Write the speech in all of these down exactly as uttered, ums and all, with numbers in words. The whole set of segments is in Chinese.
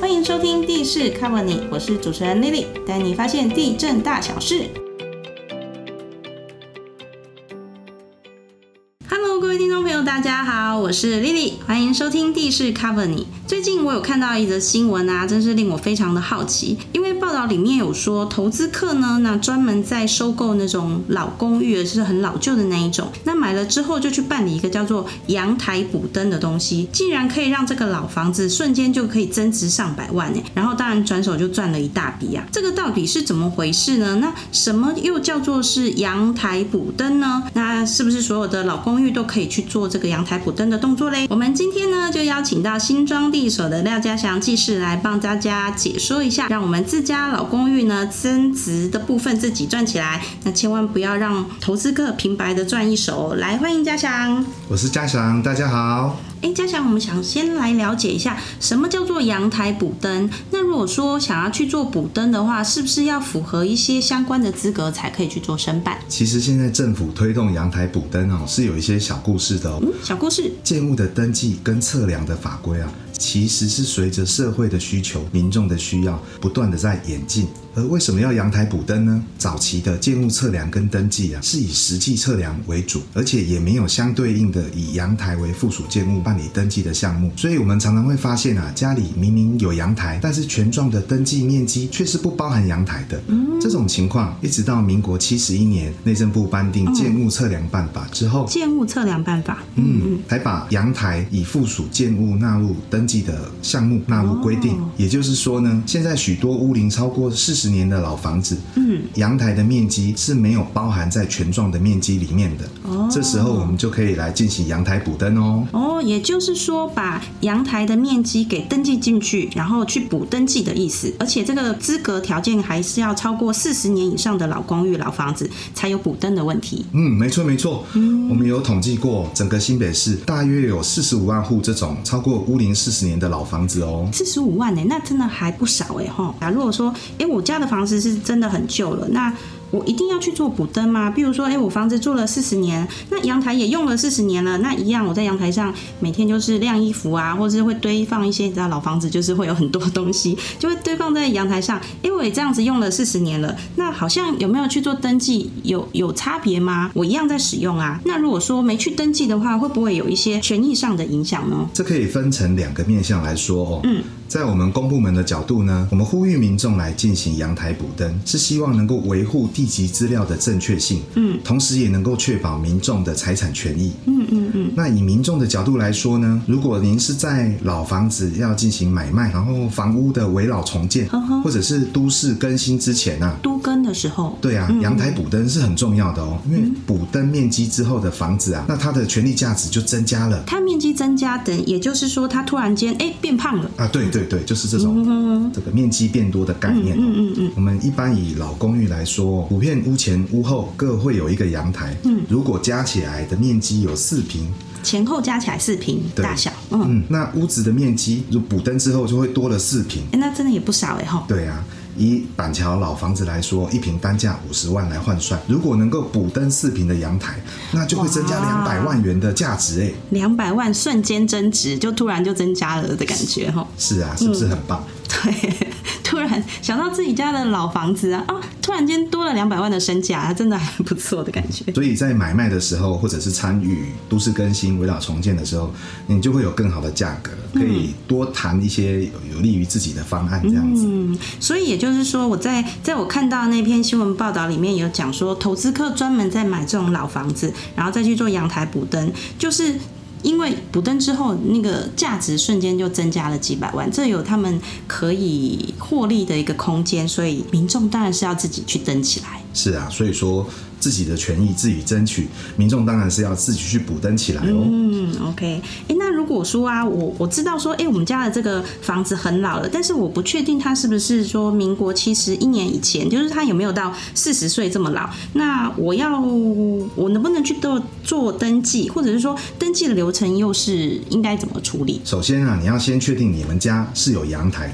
欢迎收听地势 cover 你，我是主持人 Lily， 带你发现地震大小事。Hello， 各位听众朋友，大家好，我是 Lily， 欢迎收听地势 cover 你。最近我有看到一则新闻啊，真是令我非常的好奇，因为报道里面有说，投资客呢，那专门在收购那种老公寓，是很老旧的那一种，那买了之后就去办理一个叫做阳台补灯的东西，竟然可以让这个老房子瞬间就可以增值上百万耶，然后当然转手就赚了一大笔啊，这个到底是怎么回事呢？那什么又叫做是阳台补灯呢？那是不是所有的老公寓都可以去做这个阳台补灯的动作嘞？我们今天呢就邀请到新庄地所的廖家祥技师来帮大家解说一下，让我们自家老公寓呢增值的部分自己赚起来，那千万不要让投资客平白的赚一手。来，欢迎家祥。 我是家祥，大家好。 哎，家祥，我们想先来了解一下什么叫做阳台补灯。那如果说想要去做补灯的话，是不是要符合一些相关的资格才可以去做申办？ 其实现在政府推动阳台补灯哦，是有一些小故事的哦。 嗯，小故事。 建物的登记跟测量的法规啊，其实是随着社会的需求、民众的需要，不断的在演进。而为什么要阳台补灯呢？早期的建物测量跟登记啊，是以实际测量为主，而且也没有相对应的以阳台为附属建物办理登记的项目。所以我们常常会发现啊，家里明明有阳台，但是权状的登记面积却是不包含阳台的。嗯，这种情况一直到民国七十一年，内政部颁定建物测量办法之后， 建物测量办法， 嗯，才把阳台以附属建物纳入登记的项目纳入规定。哦，也就是说呢，现在许多屋龄超过四十年的老房子，嗯，阳台的面积是没有包含在权状的面积里面的。哦，这时候我们就可以来进行阳台补灯哦。 哦，也就是说把阳台的面积给登记进去，然后去补登记的意思。而且这个资格条件还是要超过四十年以上的老公寓、老房子才有补灯的问题。 嗯，没错没错。嗯，我们有统计过，整个新北市大约有四十五万户这种超过屋龄四十年的老房子哦。 四十五万呢，那真的还不少哎哈。如果说，哎，我家的房子是真的很旧了，那我一定要去做补灯吗？比如说，哎，我房子住了四十年，那阳台也用了四十年了，那一样我在阳台上每天就是晾衣服啊，或者是会堆放一些，你知道老房子就是会有很多东西，就会堆放在阳台上。哎，我也这样子用了四十年了，那好像有没有去做登记有有差别吗？我一样在使用啊。那如果说没去登记的话，会不会有一些权益上的影响呢？ 这可以分成两个面向来说哦。嗯。在我们公部门的角度呢，我们呼吁民众来进行阳台补灯，是希望能够维护地籍资料的正确性，嗯，同时也能够确保民众的财产权益，嗯嗯嗯。那以民众的角度来说呢，如果您是在老房子要进行买卖，然后房屋的危老重建，呵呵，或者是都市更新之前啊， 都更的时候， 对啊，阳台补灯是很重要的哦，因为补灯面积之后的房子啊，那它的权利价值就增加了。 它面积增加等，也就是说它突然间哎变胖了啊， 对对对，就是这种、嗯、这个面积变多的概念、哦。嗯嗯嗯。我们一般以老公寓来说，普遍屋前屋后各会有一个阳台，嗯，如果加起来的面积有四坪。 前后加起来四坪大小， 嗯嗯，那屋子的面积，如补灯之后就会多了四坪， 那真的也不少哎哈。 对啊，以板桥老房子来说，一坪单价五十万来换算，如果能够补灯四坪的阳台，那就会增加两百万元的价值哎， 两百万瞬间增值，就突然就增加了的感觉哈。 是啊，是不是很棒？ 嗯、对。突然想到自己家的老房子啊，啊突然间多了两百万的身价，真的还不错的感觉。 所以在买卖的时候，或者是参与都市更新、危老重建的时候，你就会有更好的价格，可以多谈一些有利于自己的方案，这样子。 嗯，所以也就是说，我在在我看到那篇新闻报道里面有讲说，投资客专门在买这种老房子，然后再去做阳台补灯，就是。因为补灯之后，那个价值瞬间就增加了几百万，这有他们可以获利的一个空间，所以民众当然是要自己去登起来。 是啊，所以说自己的权益自己争取，民众当然是要自己去补灯起来哦。 嗯 ，OK， 哎，那如果说啊，我我知道说，哎，我们家的这个房子很老了，但是我不确定它是不是说民国七十一年以前，就是它有没有到四十岁这么老？那我要我能不能去做做登记，或者是说登记的流程又是应该怎么处理？ 首先啊，你要先确定你们家是有阳台的。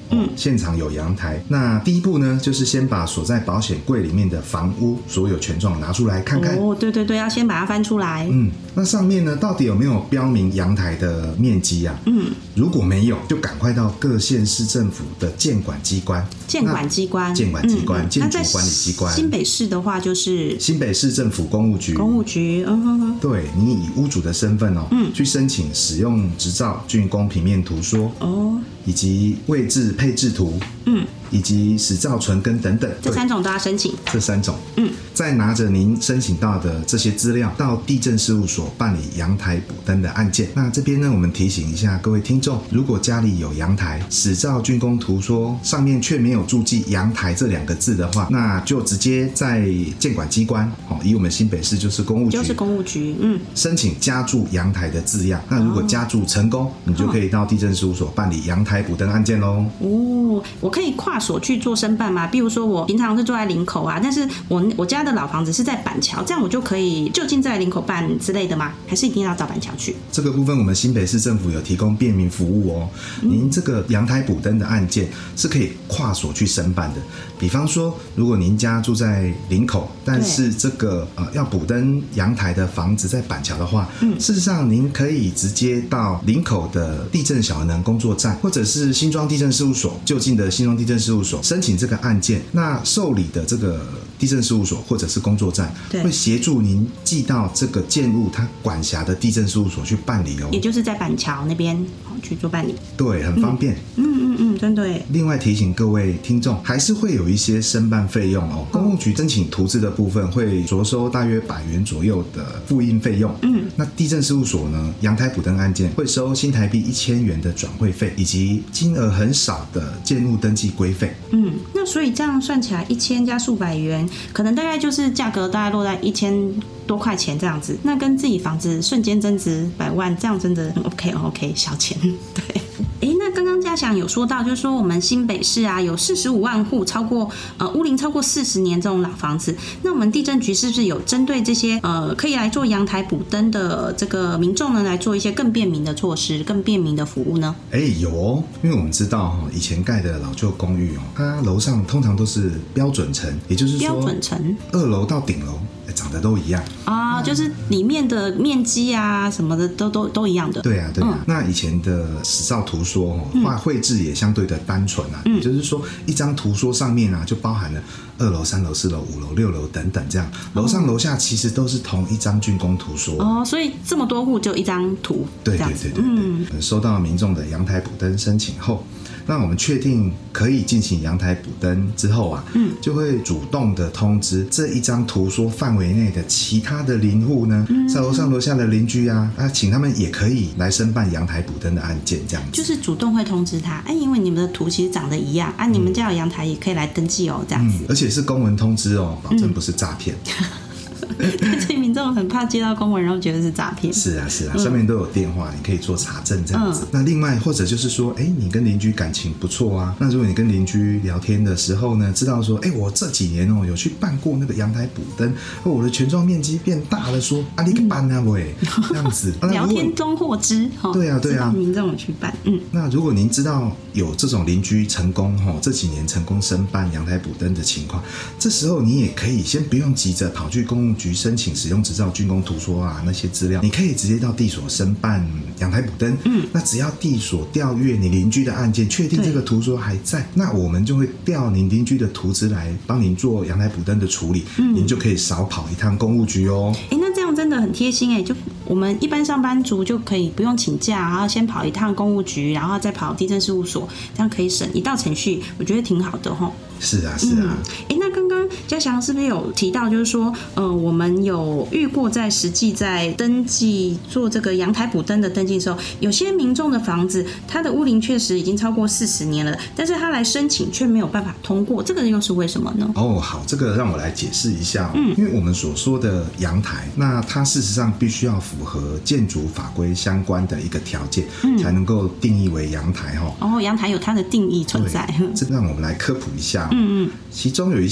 嗯，现场有阳台。那第一步呢，就是先把锁在保险柜里面的房屋所有权状拿出来看看。 哦，对对对，要先把它翻出来。 嗯，那上面呢，到底有没有标明阳台的面积啊？嗯，如果没有，就赶快到各县市政府的建管机关。 建管机关， 建管机关，嗯、建筑管理机关。 新北市的话，就是新北市政府公务局。 公务局，嗯哼哼。 对，你以屋主的身份哦，嗯，去申请使用执照、竣工平面图说哦，以及位置配置图，嗯，以及使照存根等等， 这三种都要申请。 这三种，嗯，再拿着您申请到的这些资料到地政事务所办理阳台补登的案件。那这边呢，我们提醒一下各位听众，如果家里有阳台，使照竣工图说上面却没有注记阳台这两个字的话，那就直接在建管机关，哦，以我们新北市就是公务局， 就是公务局，嗯， 申请加注阳台的字样。那如果加注成功，哦，你就可以到地政事务所办理阳台补登案件喽。 哦，我可以跨所去做申办吗？比如说我平常是住在林口啊，但是我我家的老房子是在板桥，这样我就可以就近在林口办之类的吗？还是一定要到板桥去？ 这个部分我们新北市政府有提供便民服务哦。嗯，您这个阳台补登的案件是可以跨所去申办的。比方说，如果您家住在林口，但是这个呃要补登阳台的房子在板桥的话，嗯，事实上您可以直接到林口的地政小能工作站，或者是新庄地政事务所就近的新庄地政事务所申请这个案件。那受理的这个地政事务所或者是工作站会协助您寄到这个建物它管辖的地政事务所去办理哦， 也就是在板桥那边去做办理。 对，很方便。 嗯嗯嗯，真的耶。 另外提醒各位听众，还是会有一些申办费用哦。公务局申请图资的部分会着收大约百元左右的复印费用。嗯，那地政事务所呢，阳台补登案件会收新台币一千元的转会费，以及金额很少的建物登记规费。 嗯，那所以这样算起来，一千加数百元，可能大概就是价格大概落在一千多块钱这样子。那跟自己房子瞬间增值百万，这样真的很 OK OK 小钱。对。哎，那刚刚嘉祥有说到，就是说我们新北市啊有四十五万户超过呃屋龄超过四十年这种老房子，那我们地政局是不是有针对这些呃可以来做阳台补登的这个民众呢，来做一些更便民的措施、更便民的服务呢？ 哎，有哦，因为我们知道哈，以前盖的老旧公寓哦，它楼上通常都是标准层，也就是说标准层， 二楼到顶楼长得都一样啊，就是里面的面积啊什么的都都都一样的。 对啊，对啊。嗯，那以前的史照图说画绘制也相对的单纯啊，嗯，也就是说一张图说上面啊就包含了二楼、三楼、四楼、五楼、六楼等等这样，楼上楼下其实都是同一张竣工图说。哦， 所以这么多户就一张图。 对对对对对。嗯，收到民众的阳台补登申请后，那我们确定可以进行阳台补登之后啊，嗯，就会主动的通知这一张图说范围内的其他的邻户呢，嗯，在楼上楼下的邻居啊，啊，请他们也可以来申办阳台补登的案件，这样子。 就是主动会通知他，哎，因为你们的图其实长得一样啊，你们家有阳台也可以来登记哦，这样子。 嗯，而且是公文通知哦，保证不是诈骗。嗯所以民众很怕接到公文，然后觉得是诈骗。 是啊，是啊，上面都有电话，你可以做查证这样子。嗯，那另外或者就是说，哎，你跟邻居感情不错啊，那如果你跟邻居聊天的时候呢，知道说，哎，我这几年哦有去办过那个阳台补登，哦，我的权状面积变大了，说啊，你个办啊喂，这样子。 啊，聊天中获知，哦， 对啊，对啊， 知道民众有去办。嗯， 那如果您知道有这种邻居成功哦，这几年成功申办阳台补登的情况，这时候你也可以先不用急着跑去公务局申请使用执照、竣工图说啊那些资料，你可以直接到地所申办阳台补登。嗯，那只要地所调阅你邻居的案件，确定这个图说还在，那我们就会调您邻居的图资来帮您做阳台补登的处理，嗯，您就可以少跑一趟公务局哦。 哎，那这样真的很贴心哎，就我们一般上班族就可以不用请假，然后先跑一趟公务局，然后再跑地政事务所，这样可以省一道程序，我觉得挺好的齁。 是啊，是啊。 哎、嗯，那刚刚嘉祥是不是有提到，就是说，呃，我们有遇过在实际在登记做这个阳台补登的登记的时候，有些民众的房子，它的屋龄确实已经超过四十年了，但是他来申请却没有办法通过，这个又是为什么呢？哦， 好，这个让我来解释一下、哦。嗯，因为我们所说的阳台，那它事实上必须要符合建筑法规相关的一个条件，嗯、才能够定义为阳台哈、 哦。哦，阳台有它的定义存在。 这让我们来科普一下。嗯嗯，其中有一项就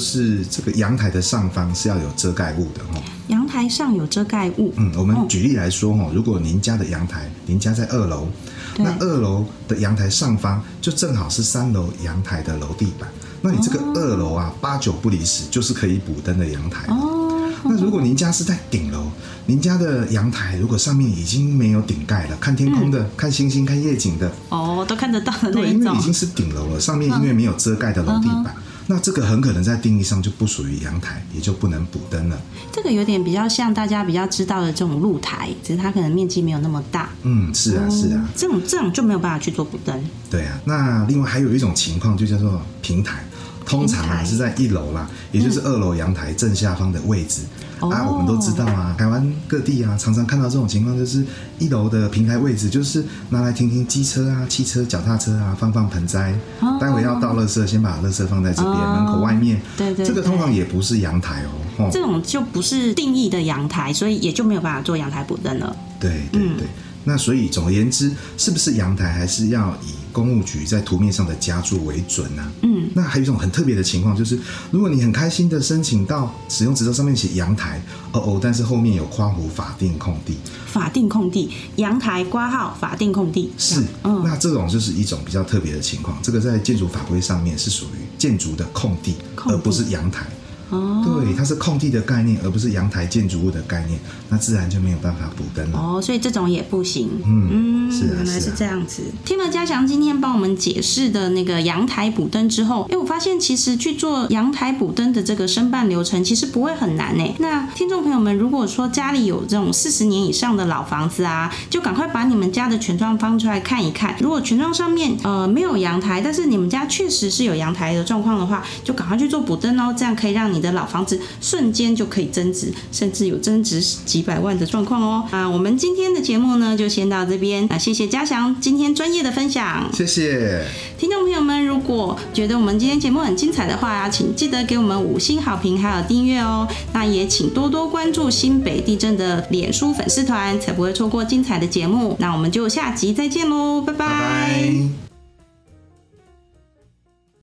就是这个阳台的上方是要有遮盖物的哦。 阳台上有遮盖物。 嗯，我们举例来说哦，如果您家的阳台，您家在二楼，那二楼的阳台上方就正好是三楼阳台的楼地板，那你这个二楼啊，八九不离十就是可以补灯的阳台。哦。那如果您家是在顶楼，您家的阳台如果上面已经没有顶盖了，看天空的、嗯、看星星、看夜景的， 哦，都看得到的那一种。 对，因为已经是顶楼了，上面因为没有遮盖的楼地板。嗯，那这个很可能在定义上就不属于阳台，也就不能补灯了。 这个有点比较像大家比较知道的这种露台，只是它可能面积没有那么大。 嗯，是啊，是啊， 这种这种就没有办法去做补灯。 对啊，那另外还有一种情况就叫做平台，通常啊是在一楼啦，也就是二楼阳台正下方的位置。嗯、啊，我们都知道啊，台湾各地啊常常看到这种情况，就是一楼的平台位置就是拿来停停机车啊、汽车、脚踏车啊，放放盆栽。哦，待会要倒垃圾，先把垃圾放在这边、哦、门口外面。对 对, 对，这个通常也不是阳台哦。 这种就不是定义的阳台，所以也就没有办法做阳台补灯了。 对对对。嗯，那所以总而言之，是不是阳台还是要以公务局在图面上的加注为准啊？嗯，那还有一种很特别的情况，就是如果你很开心的申请到使用执照上面写阳台，哦哦，但是后面有括弧法定空地， 法定空地，阳台括号法定空地是，嗯，那这种就是一种比较特别的情况，这个在建筑法规上面是属于建筑的空地，空地而不是阳台。哦，对，它是空地的概念，而不是阳台建筑物的概念，那自然就没有办法补灯了。 哦，所以这种也不行。 嗯，嗯是啊， 原来是这样子。听了嘉祥今天帮我们解释的那个阳台补灯之后，哎，我发现其实去做阳台补灯的这个申办流程其实不会很难诶。那听众朋友们，如果说家里有这种四十年以上的老房子啊，就赶快把你们家的权状翻出来看一看。如果权状上面呃没有阳台，但是你们家确实是有阳台的状况的话，就赶快去做补灯哦，这样可以让你的老房子瞬间就可以增值，甚至有增值几百万的状况哦。啊，我们今天的节目呢就先到这边，啊，谢谢嘉祥今天专业的分享， 谢谢听众朋友们。如果觉得我们今天节目很精彩的话，请记得给我们五星好评还有订阅哦。那也请多多关注新北地震的脸书粉丝团，才不会错过精彩的节目。那我们就下集再见喽，拜拜。拜拜。